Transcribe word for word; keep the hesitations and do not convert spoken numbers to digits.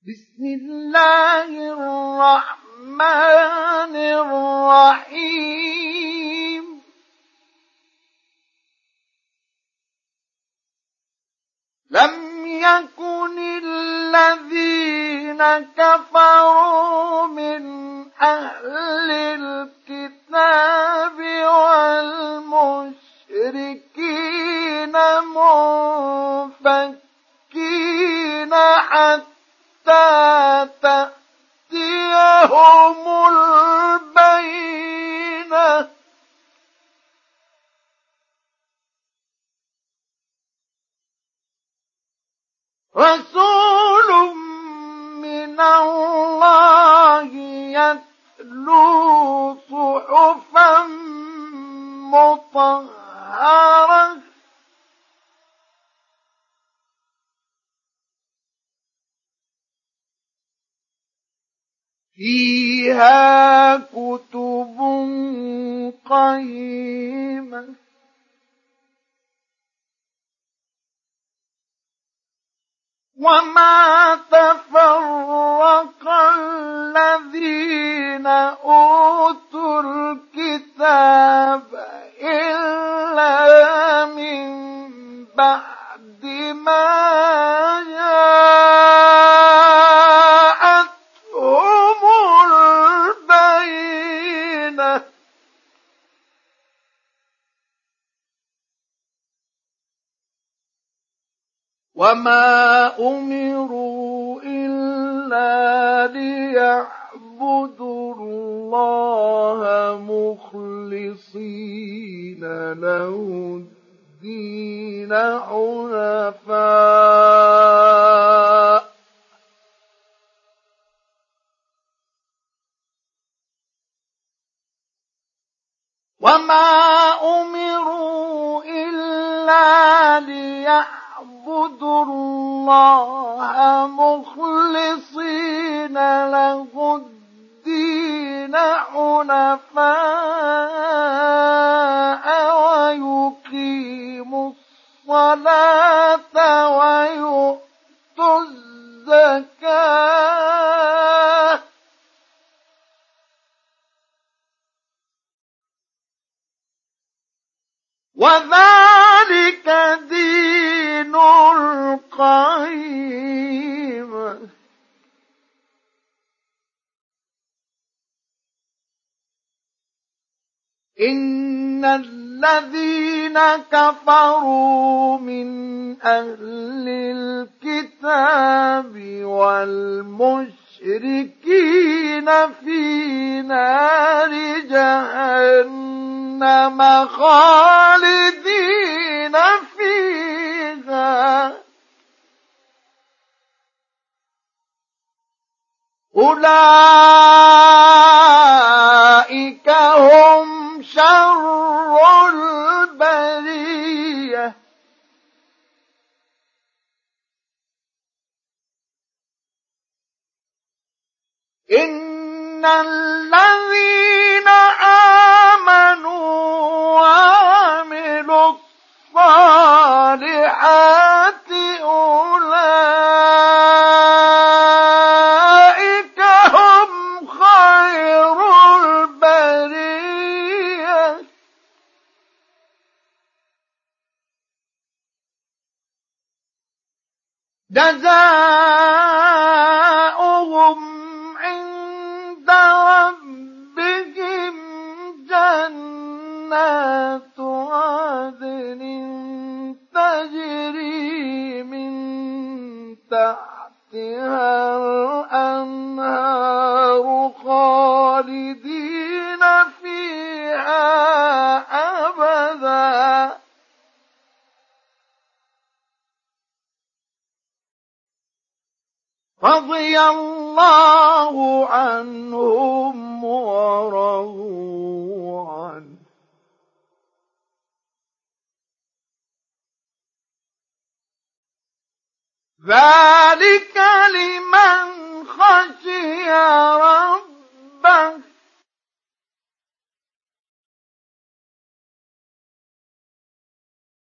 بسم الله الرحمن الرحيم لم يكن الذين كفروا من أهل الكتاب والمشركين منفكين حتى تأتيهم البينة رسول من الله يتلو صحفا مطهرة فيها كتب قيمة وما تفرق الذين أوتوا الكتاب إلا من بعد ما جاءتهم البينة وما أمروا إلا ليعبدوا الله مخلصين له الدين حنفاء وما أمروا إلا ليعبدوا الله مخلصين له الدين حنفاء ويقيموا الصلاة ويؤتوا الزكاة وذلك دين القيم إن الذين كفروا من أهل الكتاب والمشركين في نار جهنم خالدين فيها أولئك هم شر البرية إن الذين آمنوا وعملوا الصالحات أولئك هم خير البرية جزاؤهم عند ربهم جنات عدن تجري من تحتها الأنهار خالدين فيها أبدا رضي الله عنهم ورضوا عنه ذلك لمن خشي ربه